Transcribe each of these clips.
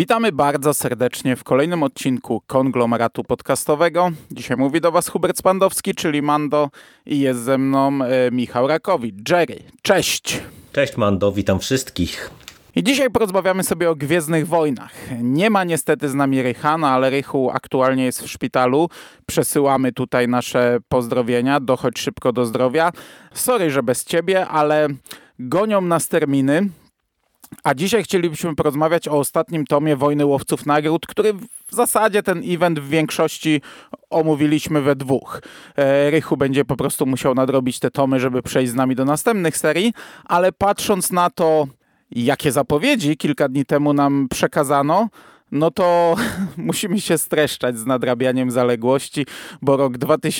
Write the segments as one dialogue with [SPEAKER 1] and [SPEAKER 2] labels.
[SPEAKER 1] Witamy bardzo serdecznie w kolejnym odcinku Konglomeratu Podcastowego. Dzisiaj mówi do Was Hubert Spandowski, czyli Mando, i jest ze mną Michał Rakowicz. Jerry, cześć!
[SPEAKER 2] Cześć Mando, witam wszystkich.
[SPEAKER 1] I dzisiaj porozmawiamy sobie o Gwiezdnych Wojnach. Nie ma niestety z nami Rychana, ale Rychu aktualnie jest w szpitalu. Przesyłamy tutaj nasze pozdrowienia. Dochodź szybko do zdrowia. Sorry, że bez ciebie, ale gonią nas terminy. A dzisiaj chcielibyśmy porozmawiać o ostatnim tomie Wojny Łowców Nagród, który w zasadzie ten event w większości omówiliśmy we dwóch. Rychu będzie po prostu musiał nadrobić te tomy, żeby przejść z nami do następnych serii, ale patrząc na to, jakie zapowiedzi kilka dni temu nam przekazano, no to musimy się streszczać z nadrabianiem zaległości, bo rok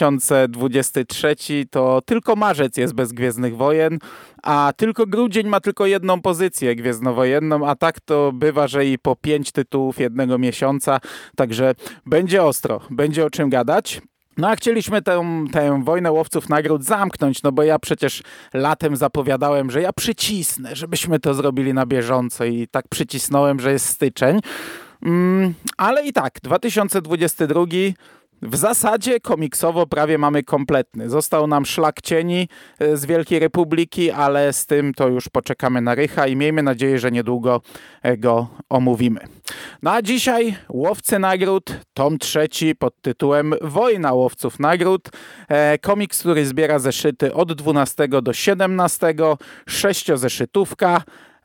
[SPEAKER 1] 2023 to tylko marzec jest bez Gwiezdnych Wojen, a tylko grudzień ma tylko jedną pozycję gwiezdnowojenną, a tak to bywa, że i po 5 tytułów jednego miesiąca, także będzie ostro, będzie o czym gadać. No a chcieliśmy tę Wojnę Łowców Nagród zamknąć, no bo ja przecież latem zapowiadałem, że ja przycisnę, żebyśmy to zrobili na bieżąco i tak przycisnąłem, że jest styczeń. Ale i tak, 2022 w zasadzie komiksowo prawie mamy kompletny. Został nam Szlak Cieni z Wielkiej Republiki, ale z tym to już poczekamy na Rycha i miejmy nadzieję, że niedługo go omówimy. No a dzisiaj Łowcy Nagród, tom 3 pod tytułem Wojna Łowców Nagród. Komiks, który zbiera zeszyty od 12 do 17, 6-zeszytówka,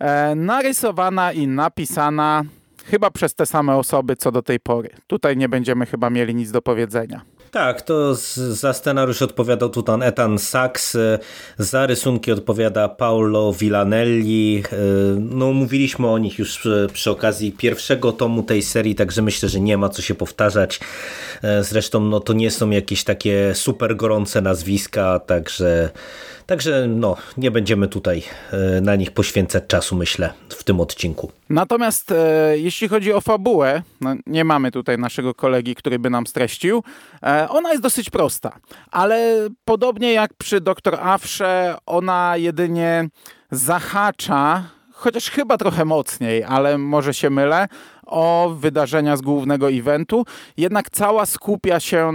[SPEAKER 1] narysowana i napisana chyba przez te same osoby, co do tej pory. Tutaj nie będziemy chyba mieli nic do powiedzenia.
[SPEAKER 2] Tak, to za scenariusz odpowiadał tutaj Ethan Sachs, za rysunki odpowiada Paolo Villanelli. No, mówiliśmy o nich już przy okazji pierwszego tomu tej serii, także myślę, że nie ma co się powtarzać. Zresztą no, to nie są jakieś takie super gorące nazwiska, także no, nie będziemy tutaj na nich poświęcać czasu, myślę, w tym odcinku.
[SPEAKER 1] Natomiast jeśli chodzi o fabułę, no, nie mamy tutaj naszego kolegi, który by nam streścił. Ona jest dosyć prosta, ale podobnie jak przy Dr. Afrze, ona jedynie zahacza, chociaż chyba trochę mocniej, ale może się mylę, o wydarzenia z głównego eventu, jednak cała skupia się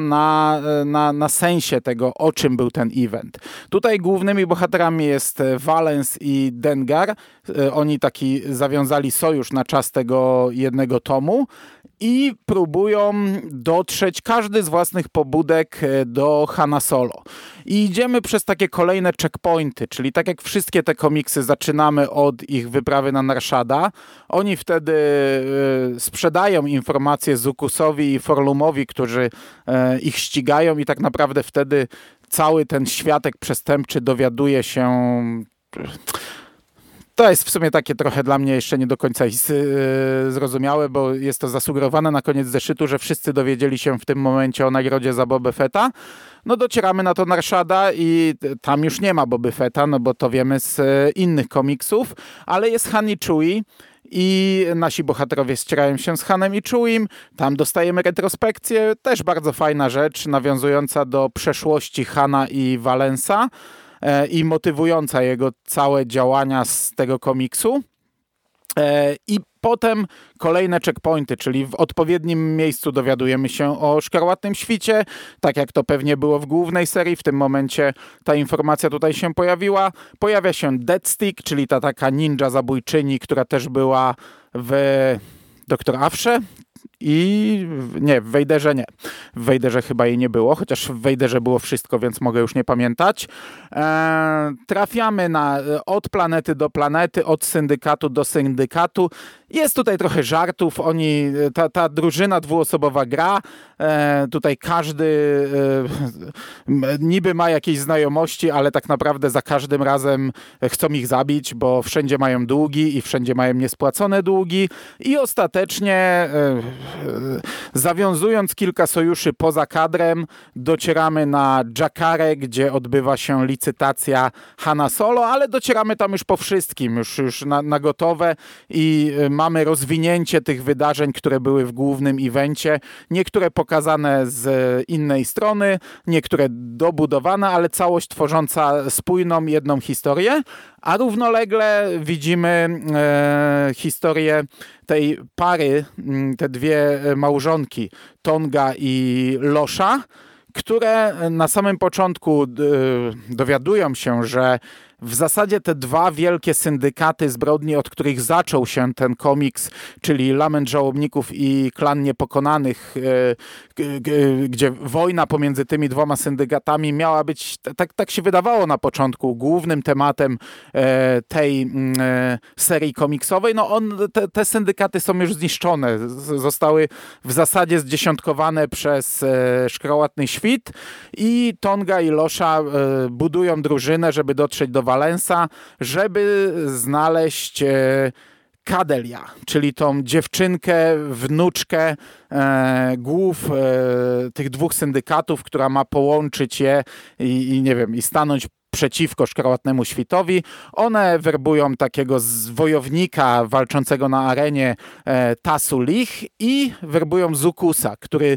[SPEAKER 1] na sensie tego, o czym był ten event. Tutaj głównymi bohaterami jest Valens i Dengar. Oni taki zawiązali sojusz na czas tego jednego tomu i próbują dotrzeć każdy z własnych pobudek do Hanna Solo. I idziemy przez takie kolejne checkpointy, czyli tak jak wszystkie te komiksy zaczynamy od ich wyprawy na Narshada. Oni wtedy sprzedają informacje Zukusowi i Forlumowi, którzy ich ścigają i tak naprawdę wtedy cały ten światek przestępczy dowiaduje się... To jest w sumie takie trochę dla mnie jeszcze nie do końca zrozumiałe, bo jest to zasugerowane na koniec zeszytu, że wszyscy dowiedzieli się w tym momencie o nagrodzie za Boba Fetta. No docieramy na to Narshada i tam już nie ma Boba Fetta, no bo to wiemy z innych komiksów, ale jest Han i Chewie i nasi bohaterowie ścierają się z Hanem i Chewiem. Tam dostajemy retrospekcję, też bardzo fajna rzecz, nawiązująca do przeszłości Hana i Valensa i motywująca jego całe działania z tego komiksu. I potem kolejne checkpointy, czyli w odpowiednim miejscu dowiadujemy się o Szkarłatnym Świcie, tak jak to pewnie było w głównej serii. W tym momencie ta informacja tutaj się pojawiła. Pojawia się Deathstick, czyli ta taka ninja zabójczyni, która też była w Dr. Afrze. I nie, w Vaderze nie. W Vaderze chyba jej nie było, chociaż w Vaderze było wszystko, więc mogę już nie pamiętać. Trafiamy od planety do planety, od syndykatu do syndykatu. Jest tutaj trochę żartów. Ta drużyna dwuosobowa gra. Tutaj każdy niby ma jakieś znajomości, ale tak naprawdę za każdym razem chcą ich zabić, bo wszędzie mają długi i wszędzie mają niespłacone długi. I ostatecznie zawiązując kilka sojuszy poza kadrem, docieramy na Jakkarę, gdzie odbywa się licytacja Hanna Solo, ale docieramy tam już po wszystkim, już na gotowe i mamy rozwinięcie tych wydarzeń, które były w głównym evencie. Niektóre pokazane z innej strony, niektóre dobudowane, ale całość tworząca spójną jedną historię. A równolegle widzimy historię tej pary, te dwie małżonki, Tonga i Losha, które na samym początku dowiadują się, że w zasadzie te dwa wielkie syndykaty zbrodni, od których zaczął się ten komiks, czyli Lament Żałobników i Klan Niepokonanych, gdzie wojna pomiędzy tymi dwoma syndykatami miała być, tak się wydawało na początku, głównym tematem tej serii komiksowej. No te syndykaty są już zniszczone. Zostały w zasadzie zdziesiątkowane przez Szkarłatny Świt i Tonga i Losha budują drużynę, żeby dotrzeć do Valensa, żeby znaleźć Kadelia, czyli tą dziewczynkę, wnuczkę głów tych dwóch syndykatów, która ma połączyć je i nie wiem, i stanąć przeciwko Szkarłatnemu Świtowi. One werbują takiego wojownika walczącego na arenie Tasu Lich i werbują Zukusa, który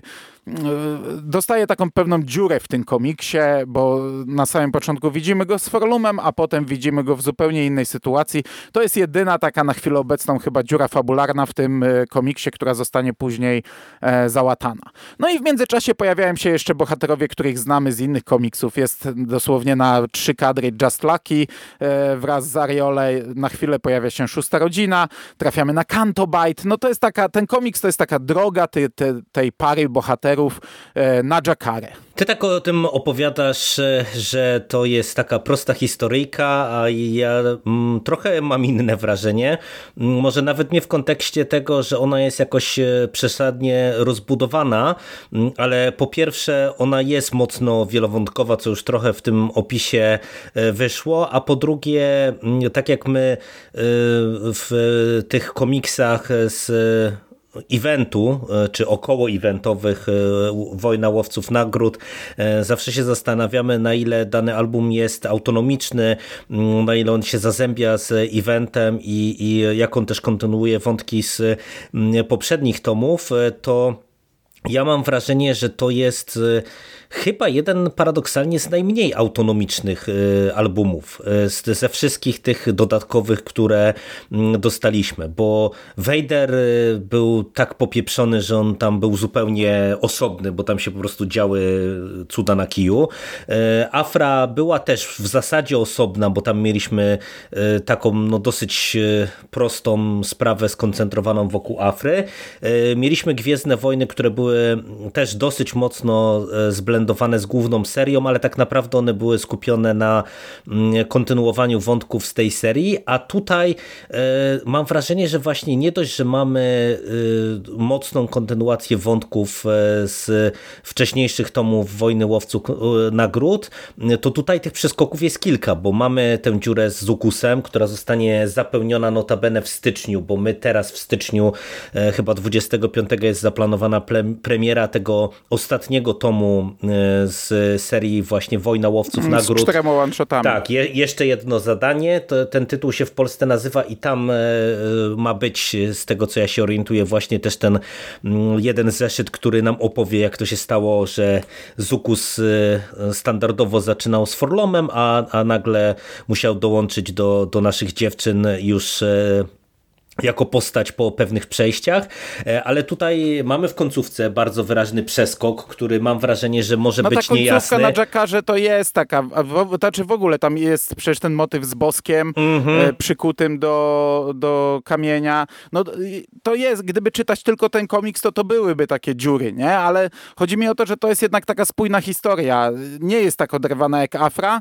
[SPEAKER 1] dostaje taką pewną dziurę w tym komiksie, bo na samym początku widzimy go z Forlumem, a potem widzimy go w zupełnie innej sytuacji. To jest jedyna taka na chwilę obecną chyba dziura fabularna w tym komiksie, która zostanie później załatana. No i w międzyczasie pojawiają się jeszcze bohaterowie, których znamy z innych komiksów. Jest dosłownie na 3 kadry Just Lucky wraz z Ariole. Na chwilę pojawia się Szósta Rodzina. Trafiamy na Canto Bight. No to jest ten komiks to jest taka droga tej pary bohaterów na Jakarę.
[SPEAKER 2] Ty tak o tym opowiadasz, że to jest taka prosta historyjka, a ja trochę mam inne wrażenie. Może nawet nie w kontekście tego, że ona jest jakoś przesadnie rozbudowana, ale po pierwsze ona jest mocno wielowątkowa, co już trochę w tym opisie wyszło, a po drugie, tak jak my w tych komiksach z eventu, czy około eventowych Wojna Łowców Nagród, zawsze się zastanawiamy, na ile dany album jest autonomiczny, na ile on się zazębia z eventem i jak on też kontynuuje wątki z poprzednich tomów, to ja mam wrażenie, że to jest chyba jeden paradoksalnie z najmniej autonomicznych albumów ze wszystkich tych dodatkowych, które dostaliśmy, bo Vader był tak popieprzony, że on tam był zupełnie osobny, bo tam się po prostu działy cuda na kiju. Afra była też w zasadzie osobna, bo tam mieliśmy taką dosyć prostą sprawę skoncentrowaną wokół Afry. Mieliśmy Gwiezdne Wojny, które były też dosyć mocno zblendowane z główną serią, ale tak naprawdę one były skupione na kontynuowaniu wątków z tej serii, a tutaj mam wrażenie, że właśnie nie dość, że mamy mocną kontynuację wątków z wcześniejszych tomów Wojny Łowców Nagród, to tutaj tych przeskoków jest kilka, bo mamy tę dziurę z Zukusem, która zostanie zapełniona notabene w styczniu, bo my teraz w styczniu chyba 25 jest zaplanowana premiera tego ostatniego tomu z serii właśnie Wojna Łowców Nagród.
[SPEAKER 1] Z 4 one-shotami.
[SPEAKER 2] Tak, jeszcze jedno zadanie. Ten tytuł się w Polsce nazywa i tam ma być, z tego co ja się orientuję, właśnie też ten jeden zeszyt, który nam opowie, jak to się stało, że Zukus standardowo zaczynał z Forlomem, a nagle musiał dołączyć do naszych dziewczyn już jako postać po pewnych przejściach, ale tutaj mamy w końcówce bardzo wyraźny przeskok, który mam wrażenie, że może być niejasny.
[SPEAKER 1] Ta końcówka na Jakarze to jest taka, znaczy w ogóle tam jest przecież ten motyw z boskiem przykutym do kamienia. No to jest, gdyby czytać tylko ten komiks, to byłyby takie dziury, nie? Ale chodzi mi o to, że to jest jednak taka spójna historia. Nie jest tak oderwana jak Afra,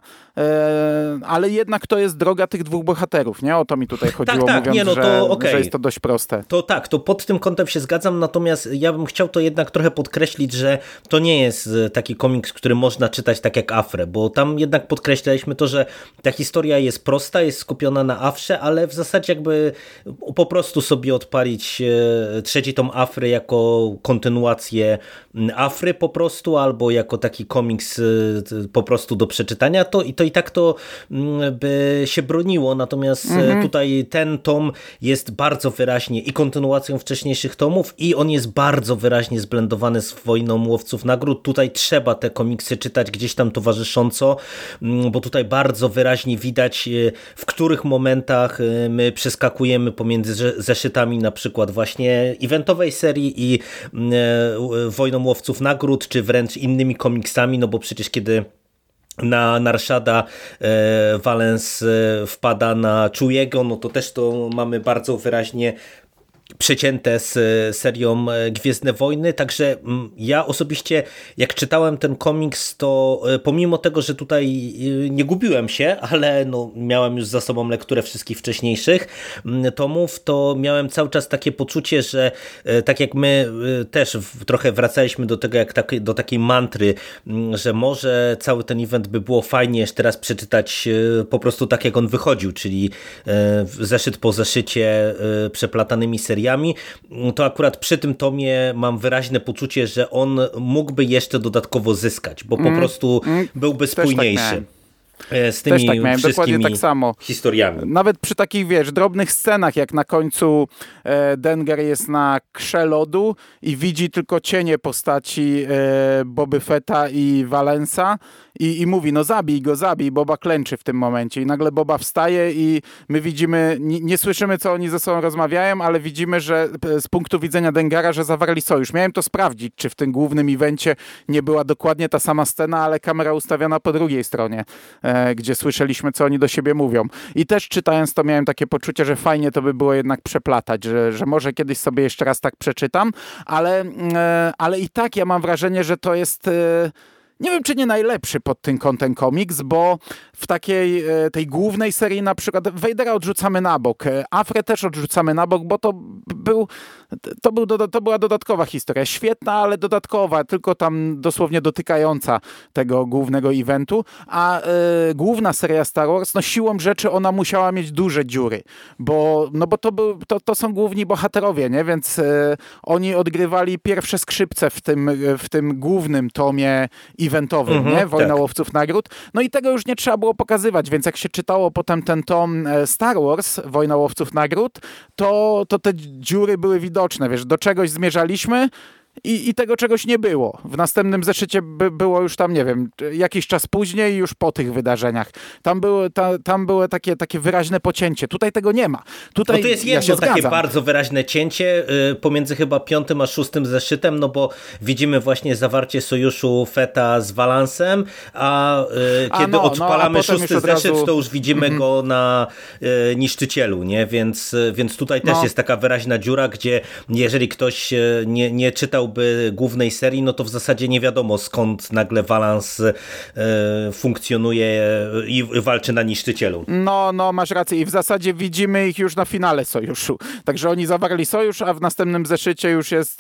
[SPEAKER 1] ale jednak to jest droga tych dwóch bohaterów, nie? O to mi tutaj chodziło,
[SPEAKER 2] tak,
[SPEAKER 1] mówiąc,
[SPEAKER 2] nie, no to
[SPEAKER 1] że jest to dość proste.
[SPEAKER 2] To tak, to pod tym kątem się zgadzam, natomiast ja bym chciał to jednak trochę podkreślić, że to nie jest taki komiks, który można czytać tak jak Afrę, bo tam jednak podkreślaliśmy to, że ta historia jest prosta, jest skupiona na Afrze, ale w zasadzie jakby po prostu sobie odpalić trzeci tom Afry jako kontynuację Afry po prostu, albo jako taki komiks po prostu do przeczytania, to i tak to by się broniło, natomiast tutaj ten tom jest bardzo wyraźnie i kontynuacją wcześniejszych tomów, i on jest bardzo wyraźnie zblendowany z Wojną Łowców Nagród. Tutaj trzeba te komiksy czytać gdzieś tam towarzysząco, bo tutaj bardzo wyraźnie widać, w których momentach my przeskakujemy pomiędzy zeszytami na przykład właśnie eventowej serii i Wojną Łowców Nagród, czy wręcz innymi komiksami, no bo przecież kiedy na Narshada Valens wpada na Chewiego, no to też to mamy bardzo wyraźnie przecięte z serią Gwiezdne Wojny, także ja osobiście jak czytałem ten komiks, to pomimo tego, że tutaj nie gubiłem się, ale no miałem już za sobą lekturę wszystkich wcześniejszych tomów, to miałem cały czas takie poczucie, że tak jak my też trochę wracaliśmy do tego, jak do takiej mantry, że może cały ten event by było fajnie jeszcze raz przeczytać po prostu tak jak on wychodził, czyli zeszyt po zeszycie przeplatanymi seriami, to akurat przy tym tomie mam wyraźne poczucie, że on mógłby jeszcze dodatkowo zyskać, bo po prostu byłby spójniejszy z tymi
[SPEAKER 1] też tak miałem,
[SPEAKER 2] wszystkimi
[SPEAKER 1] tak samo.
[SPEAKER 2] historiami.
[SPEAKER 1] Nawet przy takich, wiesz, drobnych scenach, jak na końcu Dengar jest na krze lodu i widzi tylko cienie postaci Boby Fetta i Valensa i mówi, no zabij go, zabij, Boba klęczy w tym momencie i nagle Boba wstaje i my widzimy, nie słyszymy, co oni ze sobą rozmawiają, ale widzimy, że z punktu widzenia Dengara, że zawarli sojusz. Miałem to sprawdzić, czy w tym głównym evencie nie była dokładnie ta sama scena, ale kamera ustawiona po drugiej stronie, gdzie słyszeliśmy, co oni do siebie mówią. I też czytając to miałem takie poczucie, że fajnie to by było jednak przeplatać, że może kiedyś sobie jeszcze raz tak przeczytam, ale i tak ja mam wrażenie, że to jest... Nie wiem, czy nie najlepszy pod tym kątem komiks, bo w takiej tej głównej serii na przykład Vadera odrzucamy na bok, Afrę też odrzucamy na bok, bo to była dodatkowa historia. Świetna, ale dodatkowa, tylko tam dosłownie dotykająca tego głównego eventu, a główna seria Star Wars, no siłą rzeczy ona musiała mieć duże dziury, bo to są główni bohaterowie, nie? Więc oni odgrywali pierwsze skrzypce w tym głównym tomie eventowym, nie? Wojna Łowców Nagród. No i tego już nie trzeba było pokazywać, więc jak się czytało potem ten tom Star Wars, Wojna Łowców Nagród, to te dziury były widoczne, wiesz, do czegoś zmierzaliśmy i tego czegoś nie było. W następnym zeszycie było już tam, nie wiem, jakiś czas później, już po tych wydarzeniach. Tam było takie wyraźne pocięcie. Tutaj tego nie ma. Tutaj
[SPEAKER 2] no to jest jedno takie bardzo wyraźne cięcie pomiędzy chyba 5. a 6. zeszytem, no bo widzimy właśnie zawarcie sojuszu Fetta z Valansem, a kiedy odpalamy 6. zeszyt, to już widzimy go na niszczycielu, nie? Więc tutaj też jest taka wyraźna dziura, gdzie jeżeli ktoś nie czytał głównej serii, no to w zasadzie nie wiadomo skąd nagle Valans funkcjonuje i walczy na niszczycielu.
[SPEAKER 1] No, masz rację i w zasadzie widzimy ich już na finale sojuszu. Także oni zawarli sojusz, a w następnym zeszycie już jest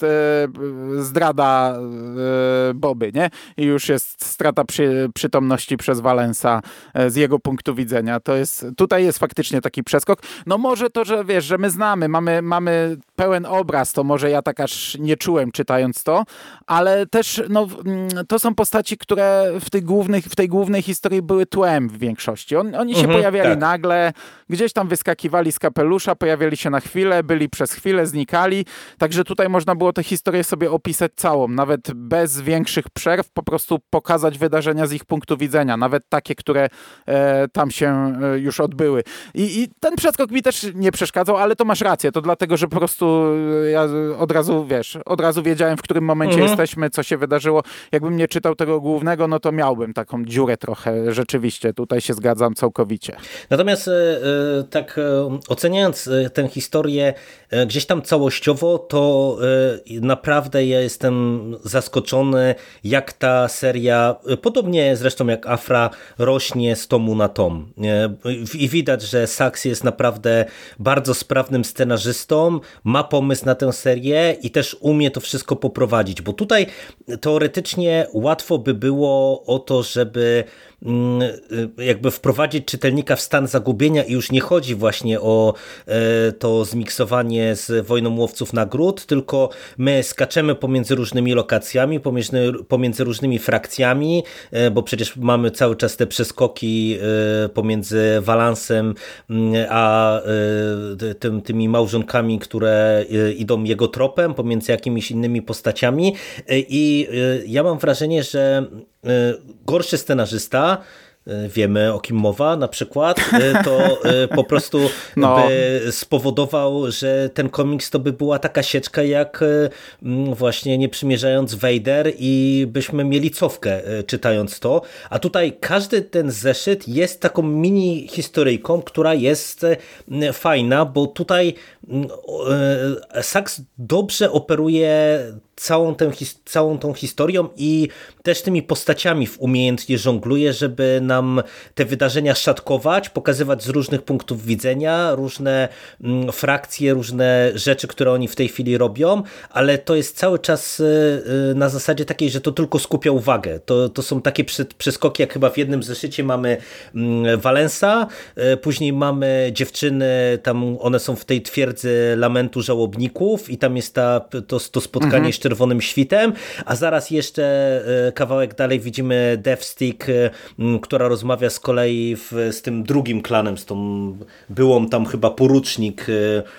[SPEAKER 1] zdrada Boby, nie? I już jest strata przytomności przez Valensa z jego punktu widzenia. Tutaj jest faktycznie taki przeskok. No może to, że wiesz, że my znamy, mamy pełen obraz, to może ja tak aż nie czułem czytając to, ale też to są postaci, które w tej głównej historii były tłem w większości. Oni się pojawiali nagle, gdzieś tam wyskakiwali z kapelusza, pojawiali się na chwilę, byli przez chwilę, znikali, także tutaj można było tę historię sobie opisać całą, nawet bez większych przerw, po prostu pokazać wydarzenia z ich punktu widzenia, nawet takie, które tam się już odbyły. I ten przeskok mi też nie przeszkadzał, ale to masz rację, to dlatego, że po prostu ja od razu wiedziałem, w którym momencie jesteśmy, co się wydarzyło. Jakbym nie czytał tego głównego, no to miałbym taką dziurę trochę, rzeczywiście, tutaj się zgadzam całkowicie.
[SPEAKER 2] Natomiast tak oceniając tę historię gdzieś tam całościowo, to naprawdę ja jestem zaskoczony, jak ta seria, podobnie zresztą jak Afra, rośnie z tomu na tom. I widać, że Sachs jest naprawdę bardzo sprawnym scenarzystą, ma pomysł na tę serię i też umie to wszystko poprowadzić, bo tutaj teoretycznie łatwo by było o to, żeby jakby wprowadzić czytelnika w stan zagubienia i już nie chodzi właśnie o to zmiksowanie z Wojną Łowców Nagród, tylko my skaczemy pomiędzy różnymi lokacjami, pomiędzy różnymi frakcjami, bo przecież mamy cały czas te przeskoki pomiędzy Valancem a tymi małżonkami, które idą jego tropem, pomiędzy jakimiś innymi postaciami i ja mam wrażenie, że gorszy scenarzysta, wiemy o kim mowa na przykład, to po prostu by spowodował, że ten komiks to by była taka sieczka jak właśnie Nie przymierzając Vader i byśmy mieli cofkę czytając to, a tutaj każdy ten zeszyt jest taką mini historyjką, która jest fajna, bo tutaj Sachs dobrze operuje całą tą historią i też tymi postaciami umiejętnie żongluje, żeby nam te wydarzenia szatkować, pokazywać z różnych punktów widzenia, różne frakcje, różne rzeczy, które oni w tej chwili robią, ale to jest cały czas na zasadzie takiej, że to tylko skupia uwagę. To są takie przeskoki, jak chyba w jednym zeszycie mamy Valensa, później mamy dziewczyny, tam one są w tej twierdzy lamentu żałobników i tam jest to spotkanie z Czerwonym Świtem, a zaraz jeszcze kawałek dalej widzimy Deathstick, która rozmawia z kolei z tym drugim klanem, z tą byłą tam chyba porucznik,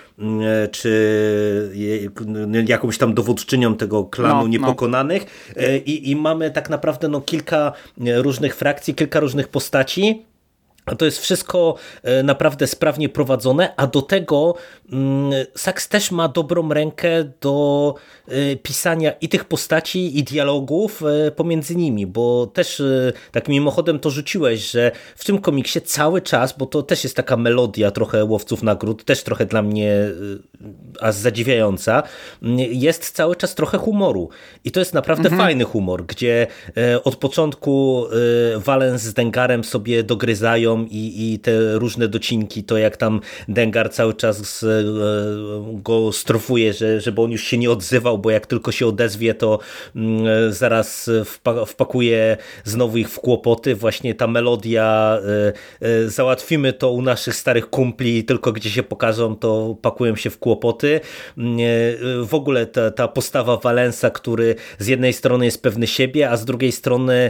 [SPEAKER 2] czy jakąś tam dowódczynią tego klanu niepokonanych. I mamy tak naprawdę kilka różnych frakcji, kilka różnych postaci. To jest wszystko naprawdę sprawnie prowadzone, a do tego Sachs też ma dobrą rękę do pisania i tych postaci, i dialogów pomiędzy nimi, bo też tak mimochodem to rzuciłeś, że w tym komiksie cały czas, bo to też jest taka melodia trochę Łowców Nagród, też trochę dla mnie aż zadziwiająca, jest cały czas trochę humoru i to jest naprawdę fajny humor, gdzie od początku Valens z Dengarem sobie dogryzają i te różne docinki, to jak tam Dengar cały czas go strofuje, żeby on już się nie odzywał, bo jak tylko się odezwie, to zaraz wpakuje znowu ich w kłopoty. Właśnie ta melodia załatwimy to u naszych starych kumpli, tylko gdzie się pokażą, to pakują się w kłopoty. W ogóle ta postawa Valensa, który z jednej strony jest pewny siebie, a z drugiej strony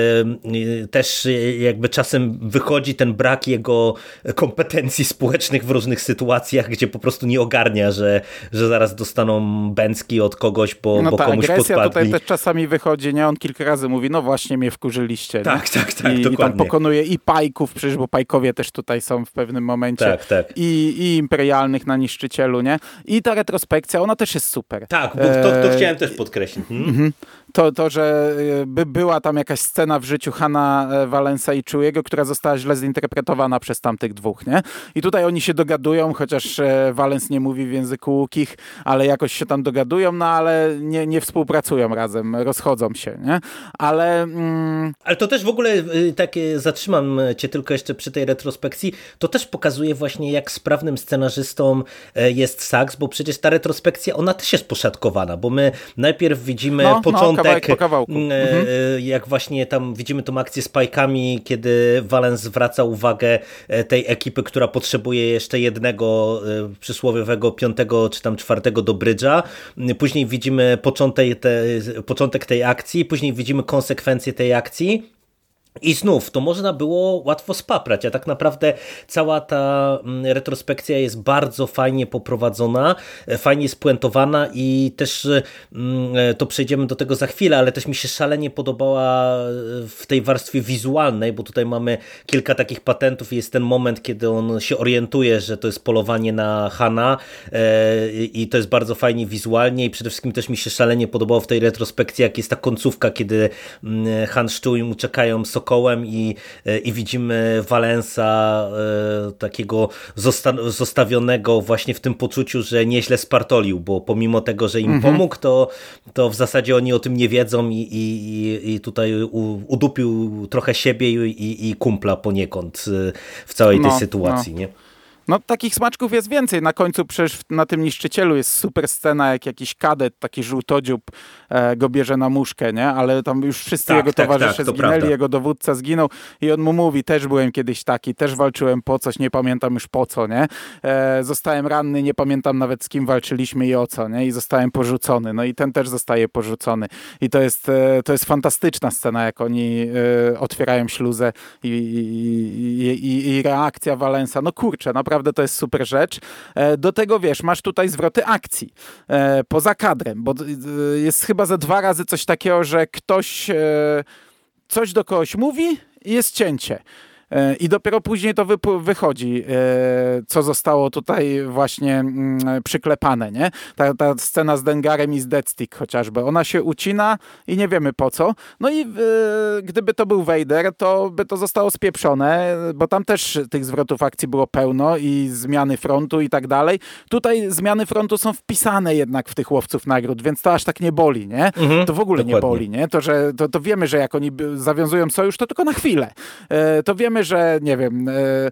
[SPEAKER 2] też jakby czasem wychodzi ten brak jego kompetencji społecznych w różnych sytuacjach, gdzie po prostu nie ogarnia, że zaraz dostaną bęcki od kogoś, bo komuś podpadli.
[SPEAKER 1] Tutaj też czasami wychodzi, nie? On kilka razy mówi, no właśnie mnie wkurzyliście.
[SPEAKER 2] Tak,
[SPEAKER 1] dokładnie. I tam pokonuje i pajków, przecież, bo pajkowie też tutaj są w pewnym momencie.
[SPEAKER 2] Tak.
[SPEAKER 1] I imperialnych na niszczycielu, nie? I ta retrospekcja, ona też jest super.
[SPEAKER 2] Tak, bo to chciałem też podkreślić.
[SPEAKER 1] To, że była tam jakaś scena w życiu Hanna Valensa i Chewiego, która została źle zinterpretowana przez tamtych dwóch, nie? I tutaj oni się dogadują, chociaż Valens nie mówi w języku łukich, ale jakoś się tam dogadują, no ale nie współpracują razem, rozchodzą się, nie? Ale
[SPEAKER 2] to też w ogóle, zatrzymam cię tylko jeszcze przy tej retrospekcji, to też pokazuje właśnie, jak sprawnym scenarzystą jest Sachs, bo przecież ta retrospekcja, ona też jest poszatkowana, bo my najpierw widzimy początek,
[SPEAKER 1] kawałek po kawałku.
[SPEAKER 2] Jak właśnie tam widzimy tą akcję z pajkami, kiedy Valens zwraca uwagę tej ekipy, która potrzebuje jeszcze jednego przysłowiowego 5. czy tam 4. do brydża. Później widzimy początek tej akcji, później widzimy konsekwencje tej akcji. I znów, to można było łatwo spaprać, a tak naprawdę cała ta retrospekcja jest bardzo fajnie poprowadzona, fajnie spuentowana i też to przejdziemy do tego za chwilę, ale też mi się szalenie podobała w tej warstwie wizualnej, bo tutaj mamy kilka takich patentów i jest ten moment, kiedy on się orientuje, że to jest polowanie na Hana i to jest bardzo fajnie wizualnie i przede wszystkim też mi się szalenie podobało w tej retrospekcji, jak jest ta końcówka, kiedy Han z Chewiem uciekają sokołem i widzimy Valensa takiego zostawionego właśnie w tym poczuciu, że nieźle spartolił, bo pomimo tego, że im pomógł, to w zasadzie oni o tym nie wiedzą i tutaj udupił trochę siebie i kumpla poniekąd w całej tej sytuacji, nie?
[SPEAKER 1] No takich smaczków jest więcej. Na końcu przecież na tym niszczycielu jest super scena, jak jakiś kadet, taki żółtodziób go bierze na muszkę, nie? Ale tam już wszyscy jego towarzysze zginęli,
[SPEAKER 2] prawda.
[SPEAKER 1] jego dowódca zginął i on mu mówi, też byłem kiedyś taki, też walczyłem po coś, nie pamiętam już po co, nie? Zostałem ranny, nie pamiętam nawet z kim walczyliśmy i o co, nie? I zostałem porzucony. No i ten też zostaje porzucony. I to jest fantastyczna scena, jak oni otwierają śluzę i reakcja Valensa. No kurczę, naprawdę to jest super rzecz. Do tego wiesz, masz tutaj zwroty akcji poza kadrem, bo jest chyba ze 2 razy coś takiego, że ktoś coś do kogoś mówi i jest cięcie. I dopiero później to wychodzi, co zostało tutaj właśnie przyklepane, nie? Ta scena z Dengarem i z Deathstick chociażby. Ona się ucina i nie wiemy po co. No i gdyby to był Vader, to by to zostało spieprzone, bo tam też tych zwrotów akcji było pełno i zmiany frontu i tak dalej. Tutaj zmiany frontu są wpisane jednak w tych łowców nagród, więc to aż tak nie boli, nie? To w ogóle nie boli, nie? To wiemy, że jak oni zawiązują sojusz, to tylko na chwilę. To wiemy, że nie wiem,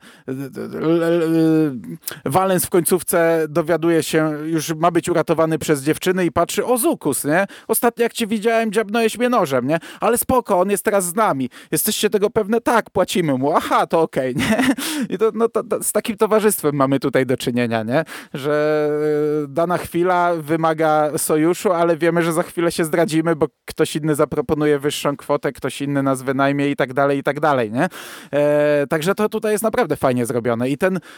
[SPEAKER 1] Valens w końcówce dowiaduje się, już ma być uratowany przez dziewczyny i patrzy, o Zukus, nie? Ostatnio jak cię widziałem, dziabnąłeś mnie nożem, nie? Ale spoko, on jest teraz z nami. Jesteście tego pewne? Tak, płacimy mu. Aha, to okej, nie? I to z takim towarzystwem mamy tutaj do czynienia, nie? Że dana chwila wymaga sojuszu, ale wiemy, że za chwilę się zdradzimy, bo ktoś inny zaproponuje wyższą kwotę, ktoś inny nas wynajmie i tak dalej, nie? Także to tutaj jest naprawdę fajnie zrobione. I ten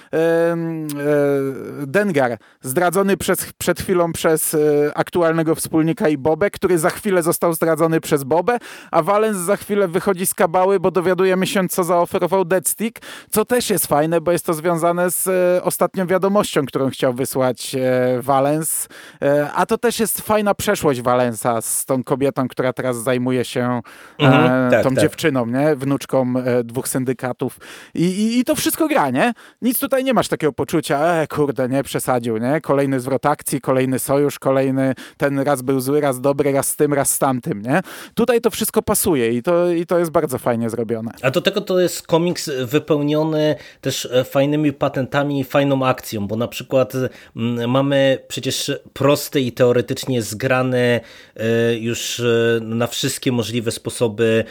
[SPEAKER 1] Dengar, zdradzony przed chwilą przez aktualnego wspólnika i Bobę, który za chwilę został zdradzony przez Bobę, a Valens za chwilę wychodzi z kabały, bo dowiadujemy się, co zaoferował Deathstick, co też jest fajne, bo jest to związane z ostatnią wiadomością, którą chciał wysłać Valens. A to też jest fajna przeszłość Valensa z tą kobietą, która teraz zajmuje się tą dziewczyną, nie? Wnuczką 2 syndykatów. I to wszystko gra, nie? Nic tutaj nie masz takiego poczucia, kurde, nie, przesadził, nie? Kolejny zwrot akcji, kolejny sojusz, kolejny, ten raz był zły, raz dobry, raz z tym, raz z tamtym, nie? Tutaj to wszystko pasuje i to jest bardzo fajnie zrobione.
[SPEAKER 2] A do tego to jest komiks wypełniony też fajnymi patentami i fajną akcją, bo na przykład mamy przecież prosty i teoretycznie zgrany już na wszystkie możliwe sposoby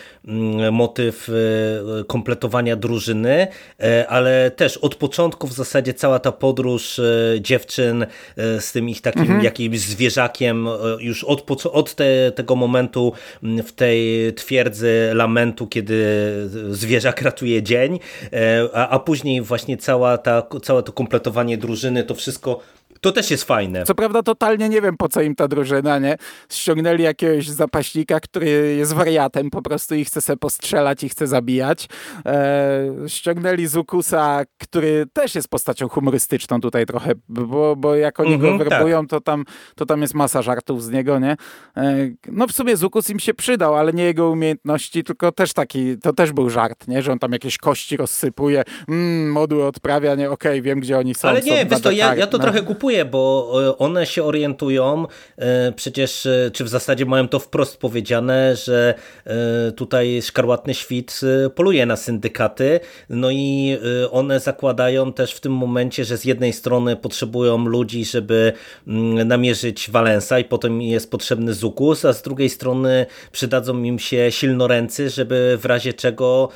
[SPEAKER 2] motyw kompletowania drużyny, ale też od początku w zasadzie cała ta podróż dziewczyn z tym ich takim jakimś zwierzakiem już od tego momentu w tej twierdzy lamentu, kiedy zwierzak ratuje dzień, a później właśnie całe to kompletowanie drużyny, to wszystko to też jest fajne.
[SPEAKER 1] Co prawda totalnie nie wiem, po co im ta drużyna, nie? Ściągnęli jakiegoś zapaśnika, który jest wariatem, po prostu i chce sobie postrzelać i chce zabijać. Ściągnęli Zukusa, który też jest postacią humorystyczną tutaj trochę, bo jak oni go werbują, to tam jest masa żartów z niego, nie? No w sumie Zukus im się przydał, ale nie jego umiejętności, tylko też to też był żart, nie? Że on tam jakieś kości rozsypuje, modły odprawia, nie? Okej, wiem, gdzie oni są.
[SPEAKER 2] Ale nie, wiesz to, ja to trochę kupuję, bo one się orientują przecież, czy w zasadzie mają to wprost powiedziane, że tutaj Szkarłatny Świt poluje na syndykaty, no i one zakładają też w tym momencie, że z jednej strony potrzebują ludzi, żeby namierzyć Valensa i potem jest potrzebny Zukus, a z drugiej strony przydadzą im się silnoręcy, żeby w razie czego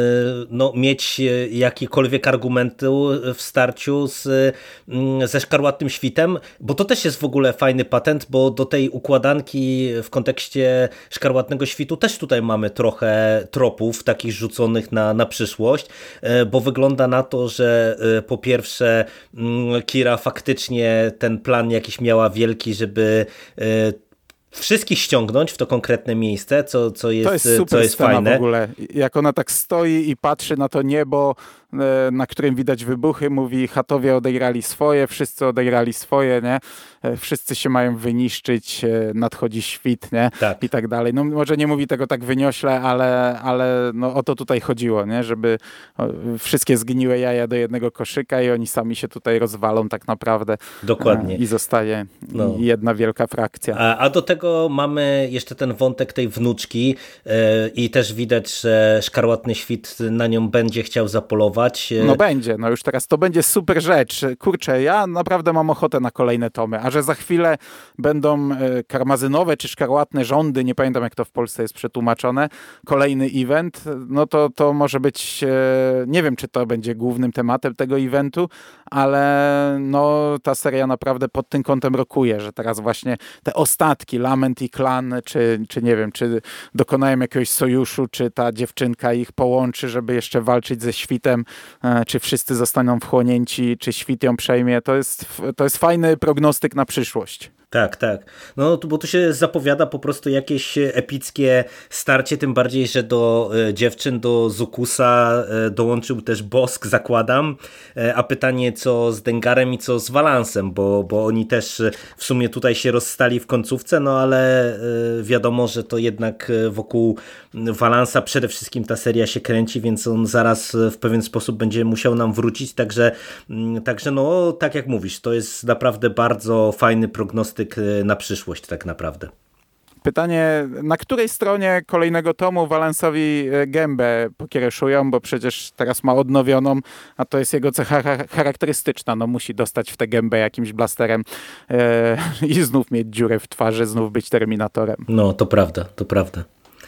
[SPEAKER 2] mieć jakiekolwiek argumenty w starciu ze Szkarłatnym Świtem, bo to też jest w ogóle fajny patent, bo do tej układanki w kontekście Szkarłatnego Świtu też tutaj mamy trochę tropów takich rzuconych na przyszłość, bo wygląda na to, że po pierwsze Kira faktycznie ten plan jakiś miała wielki, żeby wszystkich ściągnąć w to konkretne miejsce, co jest
[SPEAKER 1] super
[SPEAKER 2] co jest
[SPEAKER 1] scena
[SPEAKER 2] fajne.
[SPEAKER 1] W ogóle. Jak ona tak stoi i patrzy na to niebo, na którym widać wybuchy, mówi, chatowie odegrali swoje, wszyscy odegrali swoje, nie? Wszyscy się mają wyniszczyć, nadchodzi świt, nie?
[SPEAKER 2] Tak.
[SPEAKER 1] I tak dalej. No może nie mówi tego tak wyniośle, ale no o to tutaj chodziło, nie? Żeby wszystkie zgniłe jaja do jednego koszyka i oni sami się tutaj rozwalą tak naprawdę.
[SPEAKER 2] Dokładnie.
[SPEAKER 1] I zostaje jedna wielka frakcja.
[SPEAKER 2] A do tego mamy jeszcze ten wątek tej wnuczki i też widać, że Szkarłatny Świt na nią będzie chciał zapolować, publikować.
[SPEAKER 1] No będzie, no już teraz to będzie super rzecz. Kurczę, ja naprawdę mam ochotę na kolejne tomy, a że za chwilę będą karmazynowe czy szkarłatne rządy, nie pamiętam jak to w Polsce jest przetłumaczone, kolejny event, no to może być, nie wiem czy to będzie głównym tematem tego eventu, ale no ta seria naprawdę pod tym kątem rokuje, że teraz właśnie te ostatki, Lament i Klan, czy nie wiem, czy dokonają jakiegoś sojuszu, czy ta dziewczynka ich połączy, żeby jeszcze walczyć ze Świtem, czy wszyscy zostaną wchłonięci, czy Świt ją przejmie. To jest fajny prognostyk na przyszłość.
[SPEAKER 2] Tak, tak. No bo tu się zapowiada po prostu jakieś epickie starcie, tym bardziej, że do dziewczyn, do Zukusa dołączył też Bosk, zakładam, a pytanie co z Dengarem i co z Valansem, bo oni też w sumie tutaj się rozstali w końcówce, no ale wiadomo, że to jednak wokół Valansa przede wszystkim ta seria się kręci, więc on zaraz w pewien sposób będzie musiał nam wrócić, także no tak jak mówisz, to jest naprawdę bardzo fajny prognostyk na przyszłość tak naprawdę.
[SPEAKER 1] Pytanie, na której stronie kolejnego tomu Valansowi gębę pokiereszują, bo przecież teraz ma odnowioną, a to jest jego cecha charakterystyczna. No musi dostać w tę gębę jakimś blasterem i znów mieć dziurę w twarzy, znów być Terminatorem.
[SPEAKER 2] No, to prawda, to prawda.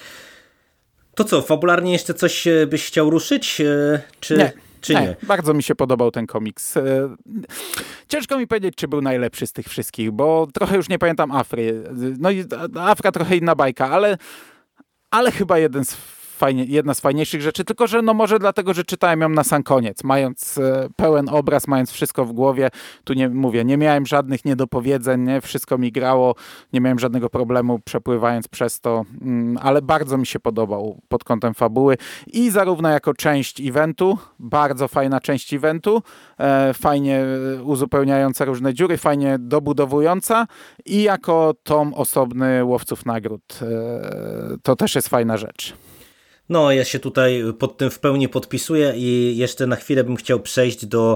[SPEAKER 2] To co, fabularnie jeszcze coś byś chciał ruszyć? Nie?
[SPEAKER 1] Bardzo mi się podobał ten komiks. Ciężko mi powiedzieć, czy był najlepszy z tych wszystkich, bo trochę już nie pamiętam Afry. No i Afra trochę inna bajka, ale chyba jedna z fajniejszych rzeczy, tylko że no może dlatego, że czytałem ją na sam koniec, mając pełen obraz, mając wszystko w głowie. Tu nie miałem żadnych niedopowiedzeń, nie? Wszystko mi grało, nie miałem żadnego problemu przepływając przez to, ale bardzo mi się podobał pod kątem fabuły i zarówno jako część eventu, bardzo fajna część eventu, fajnie uzupełniająca różne dziury, fajnie dobudowująca i jako tom osobny Łowców Nagród. To też jest fajna rzecz.
[SPEAKER 2] No, ja się tutaj pod tym w pełni podpisuję i jeszcze na chwilę bym chciał przejść do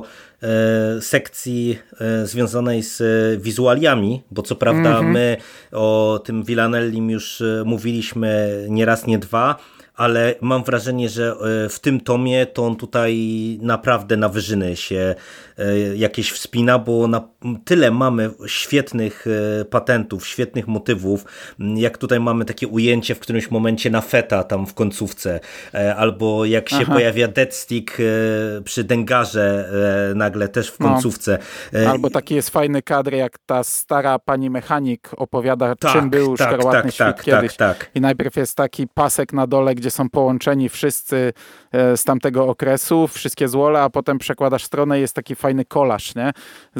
[SPEAKER 2] sekcji związanej z wizualiami, bo co prawda my o tym Villanellim już mówiliśmy nie raz, nie dwa, ale mam wrażenie, że w tym tomie to on tutaj naprawdę na wyżyny się jakieś wspina, bo na tyle mamy świetnych patentów, świetnych motywów, jak tutaj mamy takie ujęcie w którymś momencie na Feta tam w końcówce, albo jak się pojawia Deathstick przy Dengarze nagle też w końcówce.
[SPEAKER 1] Albo taki jest fajny kadr, jak ta stara pani mechanik opowiada, czym był Szkarłatny Świt kiedyś. I najpierw jest taki pasek na dole, gdzie są połączeni wszyscy z tamtego okresu, wszystkie złole, a potem przekładasz stronę i jest taki fajny kolaż, nie?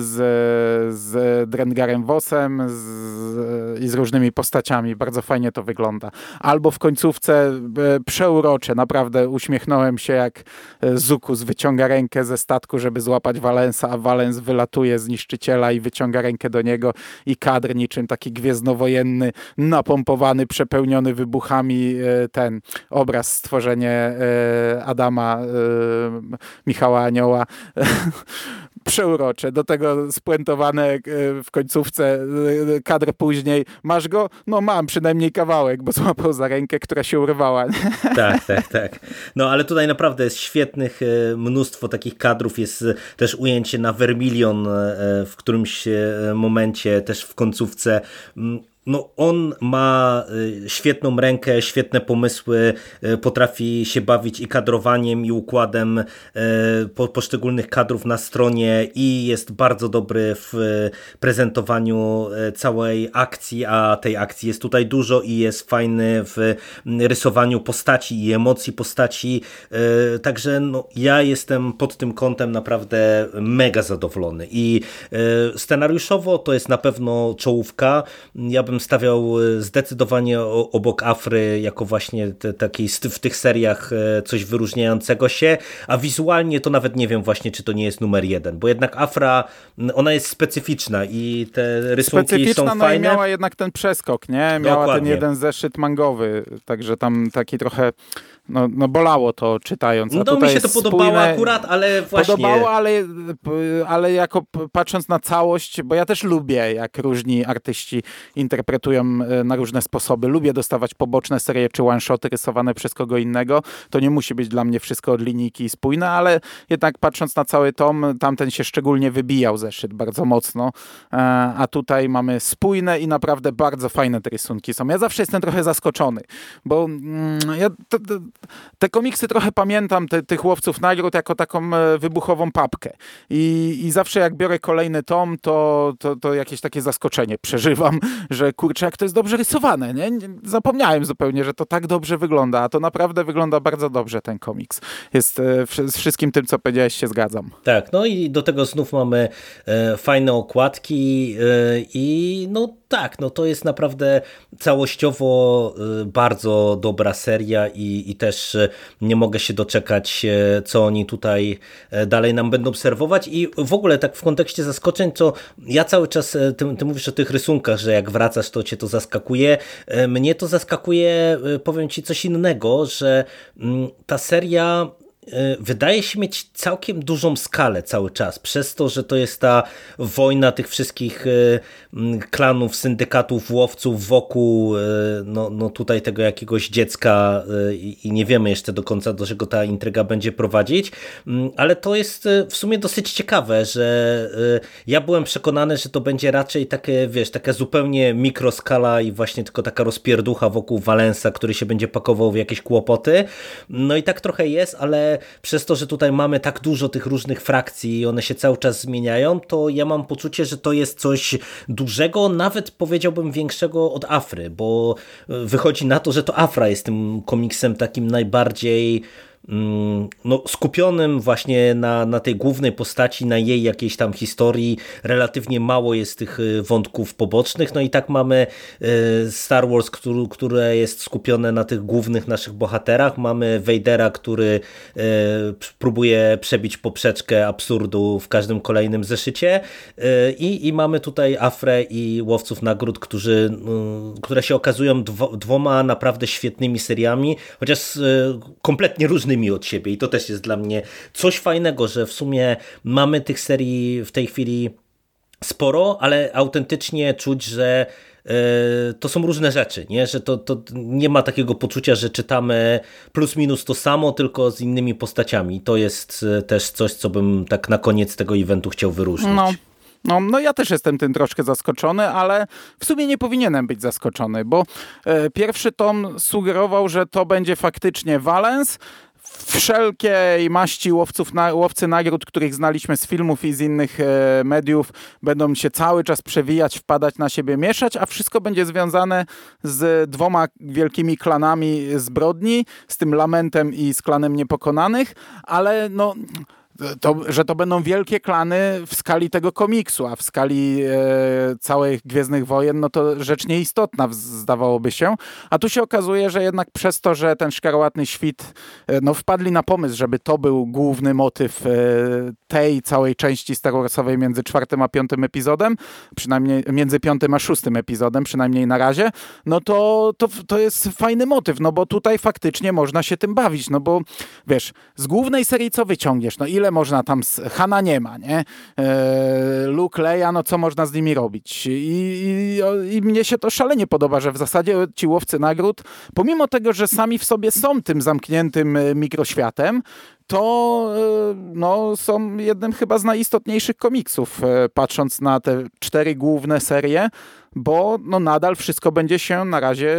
[SPEAKER 1] Z Drengarem Vossem i z różnymi postaciami. Bardzo fajnie to wygląda. Albo w końcówce przeurocze. Naprawdę uśmiechnąłem się, jak Zukus wyciąga rękę ze statku, żeby złapać Valensa, a Valens wylatuje z niszczyciela i wyciąga rękę do niego i kadr niczym taki gwiezdnowojenny, napompowany, przepełniony wybuchami ten obraz, stworzenie Adama, Michała Anioła. Przeurocze. Do tego spuentowane w końcówce kadr później. Masz go? No mam, przynajmniej kawałek, bo złapał za rękę, która się urwała.
[SPEAKER 2] Tak. No ale tutaj naprawdę jest świetnych mnóstwo takich kadrów. Jest też ujęcie na Vermilion w którymś momencie, też w końcówce. No on ma świetną rękę, świetne pomysły, potrafi się bawić i kadrowaniem, i układem poszczególnych kadrów na stronie i jest bardzo dobry w prezentowaniu całej akcji, a tej akcji jest tutaj dużo i jest fajny w rysowaniu postaci i emocji postaci, także no, ja jestem pod tym kątem naprawdę mega zadowolony i scenariuszowo to jest na pewno czołówka. Ja bym stawiał zdecydowanie obok Afry jako właśnie takiej w tych seriach coś wyróżniającego się, a wizualnie to nawet nie wiem właśnie, czy to nie jest numer 1, bo jednak Afra, ona jest specyficzna i te rysunki są fajne.
[SPEAKER 1] No i miała jednak ten przeskok, nie? Miała ten jeden zeszyt mangowy, także tam taki trochę no bolało to czytając. A
[SPEAKER 2] No mi się to podobało akurat, ale właśnie...
[SPEAKER 1] Podobało, ale jako patrząc na całość, bo ja też lubię, jak różni artyści interpretują na różne sposoby. Lubię dostawać poboczne serie czy one-shoty rysowane przez kogo innego. To nie musi być dla mnie wszystko od linijki spójne, ale jednak patrząc na cały tom, tamten się szczególnie wybijał zeszyt bardzo mocno. A tutaj mamy spójne i naprawdę bardzo fajne te rysunki są. Ja zawsze jestem trochę zaskoczony, bo ja te komiksy trochę pamiętam, tych Łowców Nagród jako taką wybuchową papkę. I zawsze jak biorę kolejny tom, to jakieś takie zaskoczenie przeżywam, że kurczę, jak to jest dobrze rysowane, nie? Zapomniałem zupełnie, że to tak dobrze wygląda, a to naprawdę wygląda bardzo dobrze ten komiks. Jest z wszystkim tym, co powiedziałeś, się zgadzam.
[SPEAKER 2] Tak, no i do tego znów mamy fajne okładki i no tak, no to jest naprawdę całościowo bardzo dobra seria i też nie mogę się doczekać, co oni tutaj dalej nam będą serwować. I w ogóle tak w kontekście zaskoczeń, to ja cały czas, ty mówisz o tych rysunkach, że jak wracasz, to cię to zaskakuje. Mnie to zaskakuje, powiem ci coś innego, że ta seria wydaje się mieć całkiem dużą skalę cały czas, przez to, że to jest ta wojna tych wszystkich klanów, syndykatów, łowców wokół no tutaj tego jakiegoś dziecka i nie wiemy jeszcze do końca, do czego ta intryga będzie prowadzić, ale to jest w sumie dosyć ciekawe, że ja byłem przekonany, że to będzie raczej takie, wiesz, taka zupełnie mikroskala i właśnie tylko taka rozpierducha wokół Valensa, który się będzie pakował w jakieś kłopoty. No i tak trochę jest, ale przez to, że tutaj mamy tak dużo tych różnych frakcji i one się cały czas zmieniają, to ja mam poczucie, że to jest coś dużego, nawet powiedziałbym większego od Afry, bo wychodzi na to, że to Afra jest tym komiksem takim najbardziej no, skupionym właśnie na tej głównej postaci, na jej jakiejś tam historii. Relatywnie mało jest tych wątków pobocznych. No i tak mamy Star Wars, które jest skupione na tych głównych naszych bohaterach. Mamy Vadera, który próbuje przebić poprzeczkę absurdu w każdym kolejnym zeszycie. I mamy tutaj Afrę i Łowców Nagród, które się okazują dwoma naprawdę świetnymi seriami, chociaż kompletnie różnymi od siebie i to też jest dla mnie coś fajnego, że w sumie mamy tych serii w tej chwili sporo, ale autentycznie czuć, że to są różne rzeczy, nie? Że to nie ma takiego poczucia, że czytamy plus minus to samo, tylko z innymi postaciami. To jest też coś, co bym tak na koniec tego eventu chciał wyróżnić.
[SPEAKER 1] No ja też jestem tym troszkę zaskoczony, ale w sumie nie powinienem być zaskoczony, bo pierwszy tom sugerował, że to będzie faktycznie Valens. Wszelkiej maści łowcy nagród, których znaliśmy z filmów i z innych mediów, będą się cały czas przewijać, wpadać na siebie, mieszać, a wszystko będzie związane z dwoma wielkimi klanami zbrodni, z tym Lamentem i z klanem Niepokonanych, ale no... że to będą wielkie klany w skali tego komiksu, a w skali całych Gwiezdnych Wojen, no to rzecz nieistotna zdawałoby się. A tu się okazuje, że jednak przez to, że ten Szkarłatny Świt no wpadli na pomysł, żeby to był główny motyw tej całej części Star Warsowej między 4. a 5. epizodem, przynajmniej między 5. a 6. epizodem, przynajmniej na razie, no to jest fajny motyw, no bo tutaj faktycznie można się tym bawić, no bo wiesz, z głównej serii co wyciągniesz? No ile można tam, Hana nie ma, nie? Luke, Leia, no co można z nimi robić? I mnie się to szalenie podoba, że w zasadzie ci Łowcy Nagród, pomimo tego, że sami w sobie są tym zamkniętym mikroświatem, to no, są jednym chyba z najistotniejszych komiksów, patrząc na te 4 główne serie, bo no, nadal wszystko będzie się na razie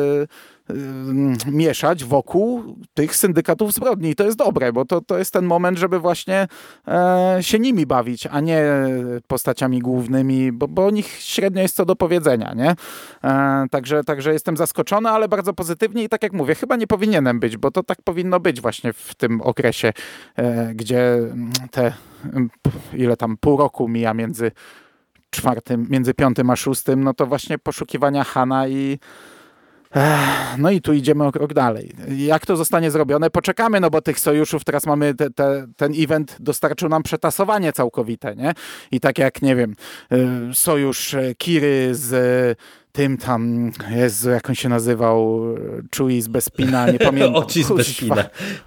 [SPEAKER 1] mieszać wokół tych syndykatów zbrodni. I to jest dobre, bo to jest ten moment, żeby właśnie się nimi bawić, a nie postaciami głównymi, bo o nich średnio jest co do powiedzenia, nie? Także jestem zaskoczony, ale bardzo pozytywnie i tak jak mówię, chyba nie powinienem być, bo to tak powinno być właśnie w tym okresie, gdzie te ile tam pół roku mija między 5. a 6, no to właśnie poszukiwania Hana i no i tu idziemy o krok dalej. Jak to zostanie zrobione? Poczekamy, no bo tych sojuszów teraz mamy, ten event dostarczył nam przetasowanie całkowite, nie? I tak jak, nie wiem, sojusz Kiry z tym tam, Jezu, jak on się nazywał, Chewie z Bespina, nie pamiętam.
[SPEAKER 2] Oci z Bespina.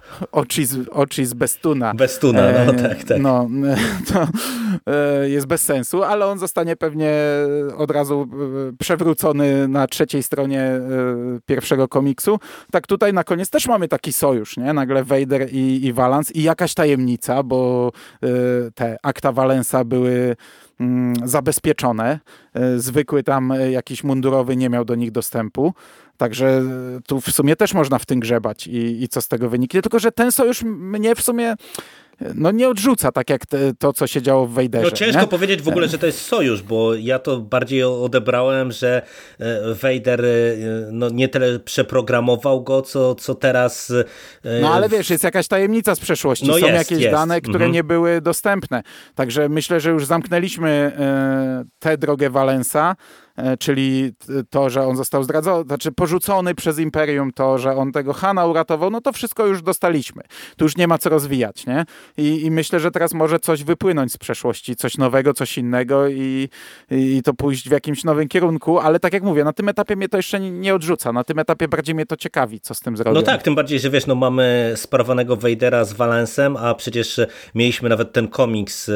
[SPEAKER 1] Oci z Bestuna.
[SPEAKER 2] Bestuna, no tak.
[SPEAKER 1] No, to jest bez sensu, ale on zostanie pewnie od razu przewrócony na trzeciej stronie pierwszego komiksu. Tak tutaj na koniec też mamy taki sojusz, nie? Nagle Vader i Valance i jakaś tajemnica, bo te akta Valensa były zabezpieczone. Zwykły tam jakiś mundurowy nie miał do nich dostępu. Także tu w sumie też można w tym grzebać i co z tego wyniknie. Tylko, że ten sojusz mnie w sumie nie odrzuca, tak jak to, co się działo w Vaderze.
[SPEAKER 2] No ciężko powiedzieć w ogóle, że to jest sojusz, bo ja to bardziej odebrałem, że Vader nie tyle przeprogramował go, co teraz...
[SPEAKER 1] No ale wiesz, jest jakaś tajemnica z przeszłości. Są jakieś dane, które nie były dostępne. Także myślę, że już zamknęliśmy tę drogę Valensa, czyli to, że on został zdradzony, znaczy porzucony przez Imperium, to, że on tego Hana uratował, no to wszystko już dostaliśmy. Tu już nie ma co rozwijać, nie? I myślę, że teraz może coś wypłynąć z przeszłości, coś nowego, coś innego i to pójść w jakimś nowym kierunku, ale tak jak mówię, na tym etapie mnie to jeszcze nie odrzuca. Na tym etapie bardziej mnie to ciekawi, co z tym zrobią.
[SPEAKER 2] No tak, tym bardziej, że wiesz, mamy sparowanego Vadera z Valensem, a przecież mieliśmy nawet ten komiks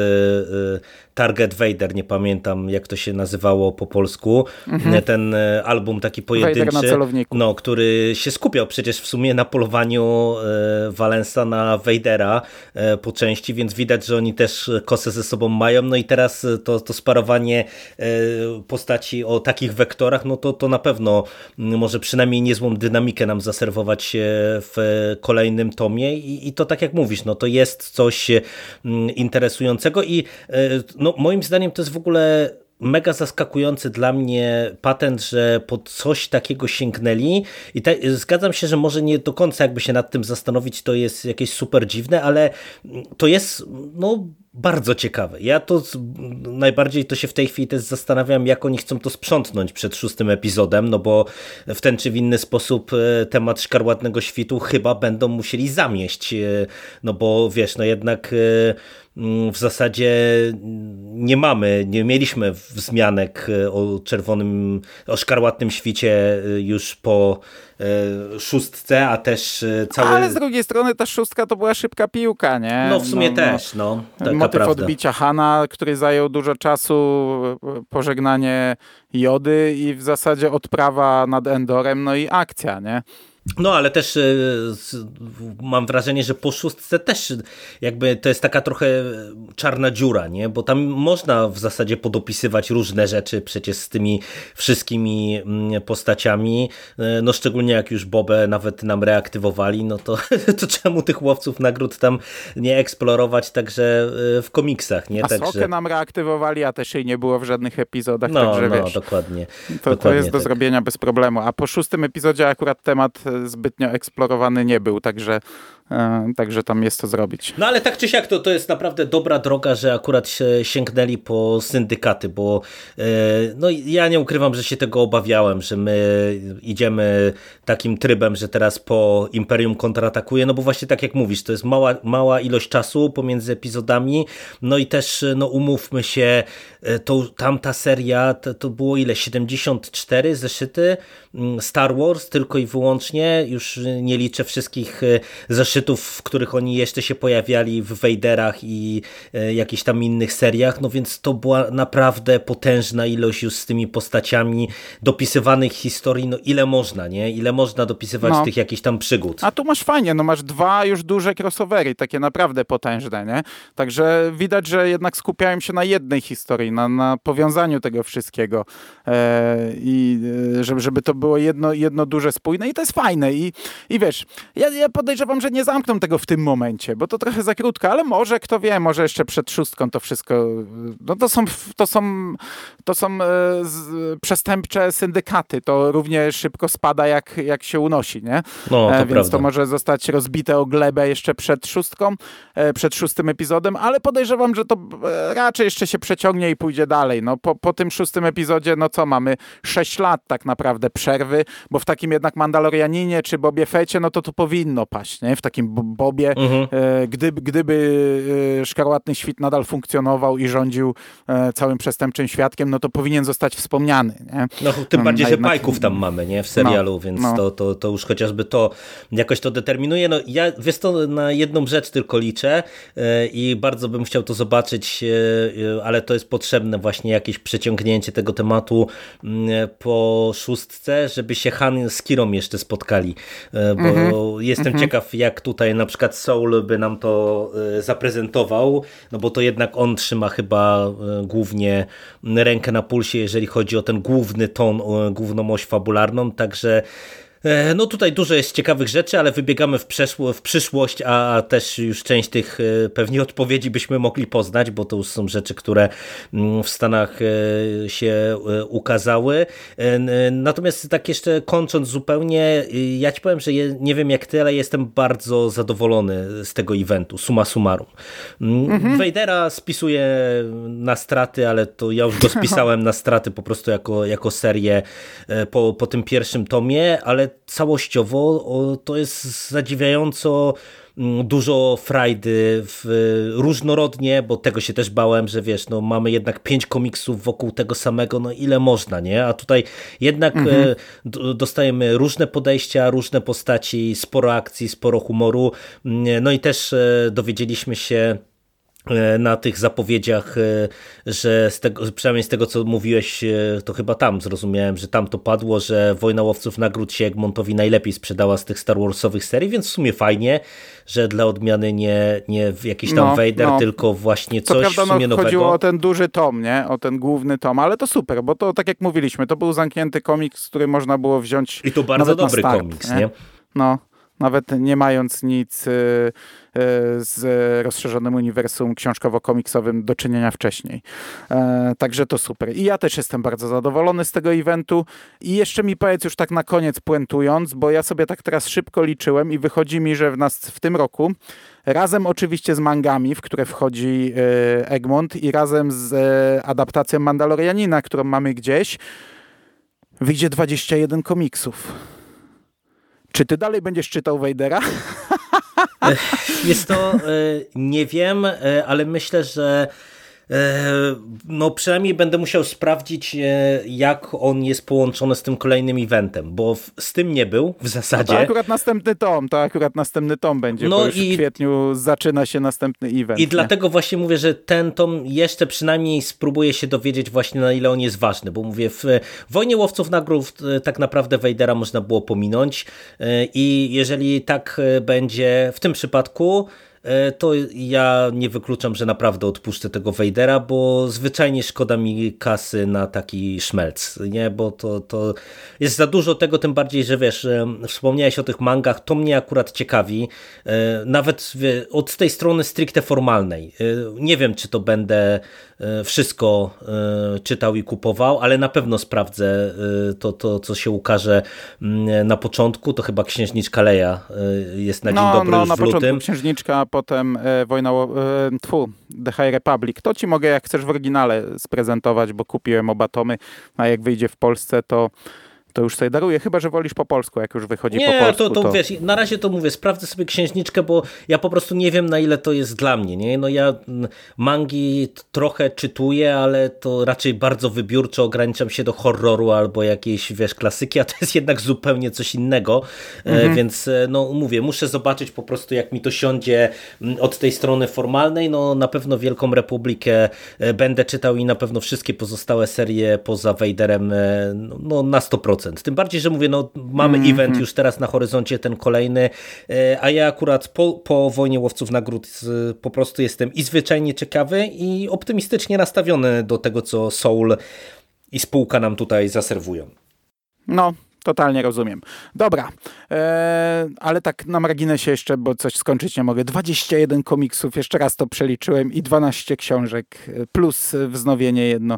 [SPEAKER 2] Target Vader, nie pamiętam jak to się nazywało po polsku, ten album taki pojedynczy,
[SPEAKER 1] Vader na celowniku.
[SPEAKER 2] który się skupiał przecież w sumie na polowaniu Valensa na Vadera po części, więc widać, że oni też kosę ze sobą mają, no i teraz to sparowanie postaci o takich wektorach, no to na pewno może przynajmniej niezłą dynamikę nam zaserwować w kolejnym tomie i to tak jak mówisz, no to jest coś interesującego i no moim zdaniem to jest w ogóle mega zaskakujący dla mnie patent, że po coś takiego sięgnęli i zgadzam się, że może nie do końca jakby się nad tym zastanowić, to jest jakieś super dziwne, ale to jest bardzo ciekawe. Ja to najbardziej to się w tej chwili też zastanawiam, jak oni chcą to sprzątnąć przed 6. epizodem, no bo w ten czy w inny sposób temat Szkarłatnego Świtu chyba będą musieli zamieść, no bo wiesz, no jednak w zasadzie nie mieliśmy wzmianek o Szkarłatnym Świcie już po 6, a też
[SPEAKER 1] Ale z drugiej strony ta 6 to była szybka piłka, nie?
[SPEAKER 2] No w sumie też, taka
[SPEAKER 1] motyw
[SPEAKER 2] prawda.
[SPEAKER 1] odbicia Hana, który zajął dużo czasu, pożegnanie Jody i w zasadzie odprawa nad Endorem, no i akcja, nie?
[SPEAKER 2] No ale też mam wrażenie, że po 6 też jakby to jest taka trochę czarna dziura, nie? Bo tam można w zasadzie podopisywać różne rzeczy przecież z tymi wszystkimi postaciami, no szczególnie jak już Bobę nawet nam reaktywowali, no to czemu tych łowców nagród tam nie eksplorować także w komiksach, nie?
[SPEAKER 1] Sokę nam reaktywowali, a też jej nie było w żadnych epizodach,
[SPEAKER 2] no,
[SPEAKER 1] także
[SPEAKER 2] no,
[SPEAKER 1] wiesz,
[SPEAKER 2] dokładnie.
[SPEAKER 1] To jest do zrobienia bez problemu, a po 6 epizodzie akurat temat zbytnio eksplorowany nie był, także tam jest to zrobić.
[SPEAKER 2] No ale tak czy siak to jest naprawdę dobra droga, że akurat sięgnęli po syndykaty, bo no ja nie ukrywam, że się tego obawiałem, że my idziemy takim trybem, że teraz po Imperium kontratakuje, no bo właśnie tak jak mówisz, to jest mała ilość czasu pomiędzy epizodami, no i też no umówmy się, tamta seria to było ile? 74 zeszyty Star Wars tylko i wyłącznie, już nie liczę wszystkich zeszytów, w których oni jeszcze się pojawiali w Vaderach i jakichś tam innych seriach, no więc to była naprawdę potężna ilość już z tymi postaciami dopisywanych historii, no ile można, nie? Ile można dopisywać tych jakichś tam przygód.
[SPEAKER 1] A tu masz fajnie, no masz 2 już duże crossovery, takie naprawdę potężne, nie? Także widać, że jednak skupiają się na jednej historii, na powiązaniu tego wszystkiego i żeby to było jedno duże, spójne i to jest fajne i wiesz, ja podejrzewam, że nie zamkną tego w tym momencie, bo to trochę za krótko, ale może, kto wie, może jeszcze przed 6 to wszystko, no to są przestępcze syndykaty, to równie szybko spada jak się unosi, nie?
[SPEAKER 2] No, to
[SPEAKER 1] więc
[SPEAKER 2] prawda.
[SPEAKER 1] to może zostać rozbite o glebę jeszcze przed 6, przed 6 epizodem, ale podejrzewam, że to raczej jeszcze się przeciągnie i pójdzie dalej. No, po tym 6 epizodzie, no co, mamy 6 lat tak naprawdę przerwy, bo w takim jednak Mandalorianinie czy Bobie Fecie, no to powinno paść, nie? W takim Bobie. Gdyby Szkarłatny Świt nadal funkcjonował i rządził całym przestępczym świadkiem, no to powinien zostać wspomniany. Nie?
[SPEAKER 2] No tym bardziej, że bajków tam mamy, nie? W serialu, więc to już chociażby to jakoś to determinuje. No ja, wiesz to, na jedną rzecz tylko liczę i bardzo bym chciał to zobaczyć, ale to jest potrzebne właśnie jakieś przeciągnięcie tego tematu po 6, żeby się Han z Kirą jeszcze spotkali, bo jestem ciekaw, jak tutaj na przykład Soul by nam to zaprezentował, no bo to jednak on trzyma chyba głównie rękę na pulsie, jeżeli chodzi o ten główny ton, główną oś fabularną, także no tutaj dużo jest ciekawych rzeczy, ale wybiegamy w przyszłość, a też już część tych pewnie odpowiedzi byśmy mogli poznać, bo to już są rzeczy, które w Stanach się ukazały. Natomiast tak jeszcze kończąc zupełnie, ja ci powiem, że nie wiem jak ty, ale jestem bardzo zadowolony z tego eventu, summa summarum. Vadera spisuję na straty, ale to ja już go spisałem na straty po prostu jako serię po tym pierwszym tomie, ale całościowo to jest zadziwiająco dużo frajdy, różnorodnie, bo tego się też bałem, że wiesz, no mamy jednak 5 komiksów wokół tego samego, no ile można, nie? A tutaj jednak dostajemy różne podejścia, różne postaci, sporo akcji, sporo humoru, no i też dowiedzieliśmy się na tych zapowiedziach, że przynajmniej z tego, co mówiłeś, to chyba tam zrozumiałem, że tam to padło, że Wojna Łowców Nagród się Egmontowi najlepiej sprzedała z tych Star Warsowych serii, więc w sumie fajnie, że dla odmiany nie jakiś tam Vader, tylko właśnie coś
[SPEAKER 1] prawda,
[SPEAKER 2] w sumie nowego.
[SPEAKER 1] Chodziło o ten duży tom, nie? O ten główny tom, ale to super, bo to tak jak mówiliśmy, to był zamknięty komiks, który można było wziąć.
[SPEAKER 2] I to bardzo dobry komiks, nie?
[SPEAKER 1] No. Nawet nie mając nic z rozszerzonym uniwersum książkowo-komiksowym do czynienia wcześniej. Także to super. I ja też jestem bardzo zadowolony z tego eventu. I jeszcze mi powiedz już tak na koniec puentując, bo ja sobie tak teraz szybko liczyłem i wychodzi mi, że w tym roku razem oczywiście z mangami, w które wchodzi Egmont i razem z adaptacją Mandalorianina, którą mamy gdzieś, wyjdzie 21 komiksów. Czy ty dalej będziesz czytał Vadera?
[SPEAKER 2] Jest to, nie wiem, ale myślę, że no przynajmniej będę musiał sprawdzić, jak on jest połączony z tym kolejnym eventem, bo z tym nie był w zasadzie.
[SPEAKER 1] No to akurat następny tom będzie, bo już w kwietniu zaczyna się następny event.
[SPEAKER 2] I dlatego właśnie mówię, że ten tom jeszcze przynajmniej spróbuję się dowiedzieć właśnie, na ile on jest ważny, bo mówię, w Wojnie Łowców Nagród tak naprawdę Vadera można było pominąć i jeżeli tak będzie w tym przypadku, to ja nie wykluczam, że naprawdę odpuszczę tego Vadera, bo zwyczajnie szkoda mi kasy na taki szmelc, nie? Bo to jest za dużo tego, tym bardziej, że wiesz, wspomniałeś o tych mangach, to mnie akurat ciekawi, nawet od tej strony stricte formalnej. Nie wiem, czy to będę wszystko czytał i kupował, ale na pewno sprawdzę to co się ukaże na początku, to chyba Księżniczka Leia jest na dzień dobry już
[SPEAKER 1] na
[SPEAKER 2] w lutym.
[SPEAKER 1] początku Księżniczka, potem The High Republic. To ci mogę, jak chcesz, w oryginale sprezentować, bo kupiłem oba tomy, a jak wyjdzie w Polsce, to już sobie daruję, chyba że wolisz po polsku, jak już wychodzi po polsku.
[SPEAKER 2] Nie, to wiesz, na razie to mówię, sprawdzę sobie Księżniczkę, bo ja po prostu nie wiem, na ile to jest dla mnie, nie? No ja mangi trochę czytuję, ale to raczej bardzo wybiórczo ograniczam się do horroru albo jakiejś, wiesz, klasyki, a to jest jednak zupełnie coś innego, więc no mówię, muszę zobaczyć po prostu, jak mi to siądzie od tej strony formalnej, no na pewno Wielką Republikę będę czytał i na pewno wszystkie pozostałe serie poza Vaderem, no na 100%. Tym bardziej, że mówię, no mamy event już teraz na horyzoncie, ten kolejny, a ja akurat po Wojnie Łowców Nagród po prostu jestem i zwyczajnie ciekawy i optymistycznie nastawiony do tego, co Soul i spółka nam tutaj zaserwują.
[SPEAKER 1] No, totalnie rozumiem. Dobra, ale tak na marginesie jeszcze, bo coś skończyć nie mogę. 21 komiksów, jeszcze raz to przeliczyłem i 12 książek, plus wznowienie jedno.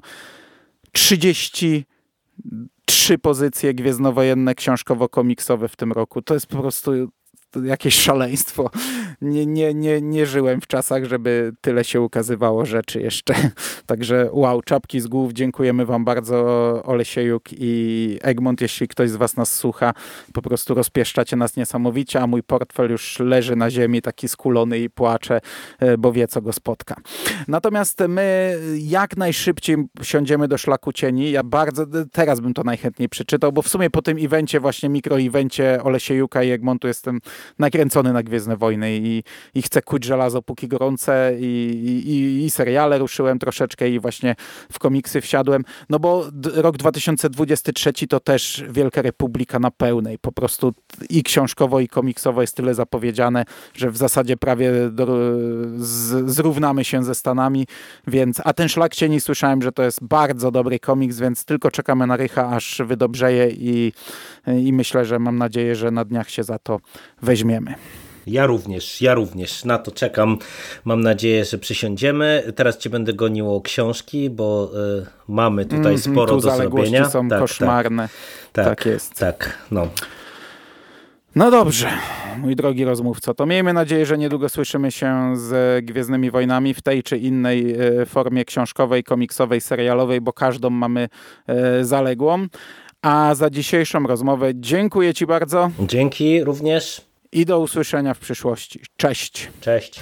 [SPEAKER 1] 33 pozycje gwiezdnowojenne książkowo-komiksowe w tym roku. To jest po prostu jakieś szaleństwo. Nie żyłem w czasach, żeby tyle się ukazywało rzeczy jeszcze. Także wow, czapki z głów. Dziękujemy wam bardzo, Olesiejuk i Egmont, jeśli ktoś z was nas słucha. Po prostu rozpieszczacie nas niesamowicie, a mój portfel już leży na ziemi taki skulony i płacze, bo wie, co go spotka. Natomiast my jak najszybciej siądziemy do Szlaku Cieni. Ja teraz bym to najchętniej przeczytał, bo w sumie po tym evencie, właśnie mikroevencie Olesiejuka i Egmontu jestem nakręcony na Gwiezdne Wojny i chcę kuć żelazo póki gorące i seriale ruszyłem troszeczkę i właśnie w komiksy wsiadłem, no bo rok 2023 to też Wielka Republika na pełnej, po prostu i książkowo i komiksowo jest tyle zapowiedziane, że w zasadzie prawie zrównamy się ze Stanami, a ten Szlak Cieni słyszałem, że to jest bardzo dobry komiks, więc tylko czekamy na Rycha, aż wydobrzeje i myślę, że mam nadzieję, że na dniach się za to weźmiemy.
[SPEAKER 2] Ja również na to czekam. Mam nadzieję, że przysiądziemy. Teraz cię będę gonił o książki, bo mamy tutaj sporo do zrobienia.
[SPEAKER 1] Zaległości są koszmarne. Tak jest.
[SPEAKER 2] Tak, no.
[SPEAKER 1] No dobrze, mój drogi rozmówco, to miejmy nadzieję, że niedługo słyszymy się z Gwiezdnymi Wojnami w tej czy innej formie książkowej, komiksowej, serialowej, bo każdą mamy zaległą. A za dzisiejszą rozmowę dziękuję ci bardzo.
[SPEAKER 2] Dzięki również.
[SPEAKER 1] I do usłyszenia w przyszłości. Cześć.
[SPEAKER 2] Cześć.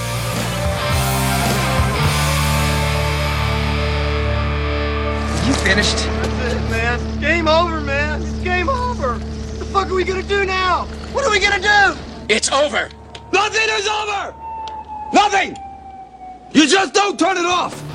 [SPEAKER 3] You finished? That's it, man. Game over, man. It's game over. What the fuck are we gonna do now? What are we gonna do? It's over. Nothing is over. Nothing. You just don't turn it off.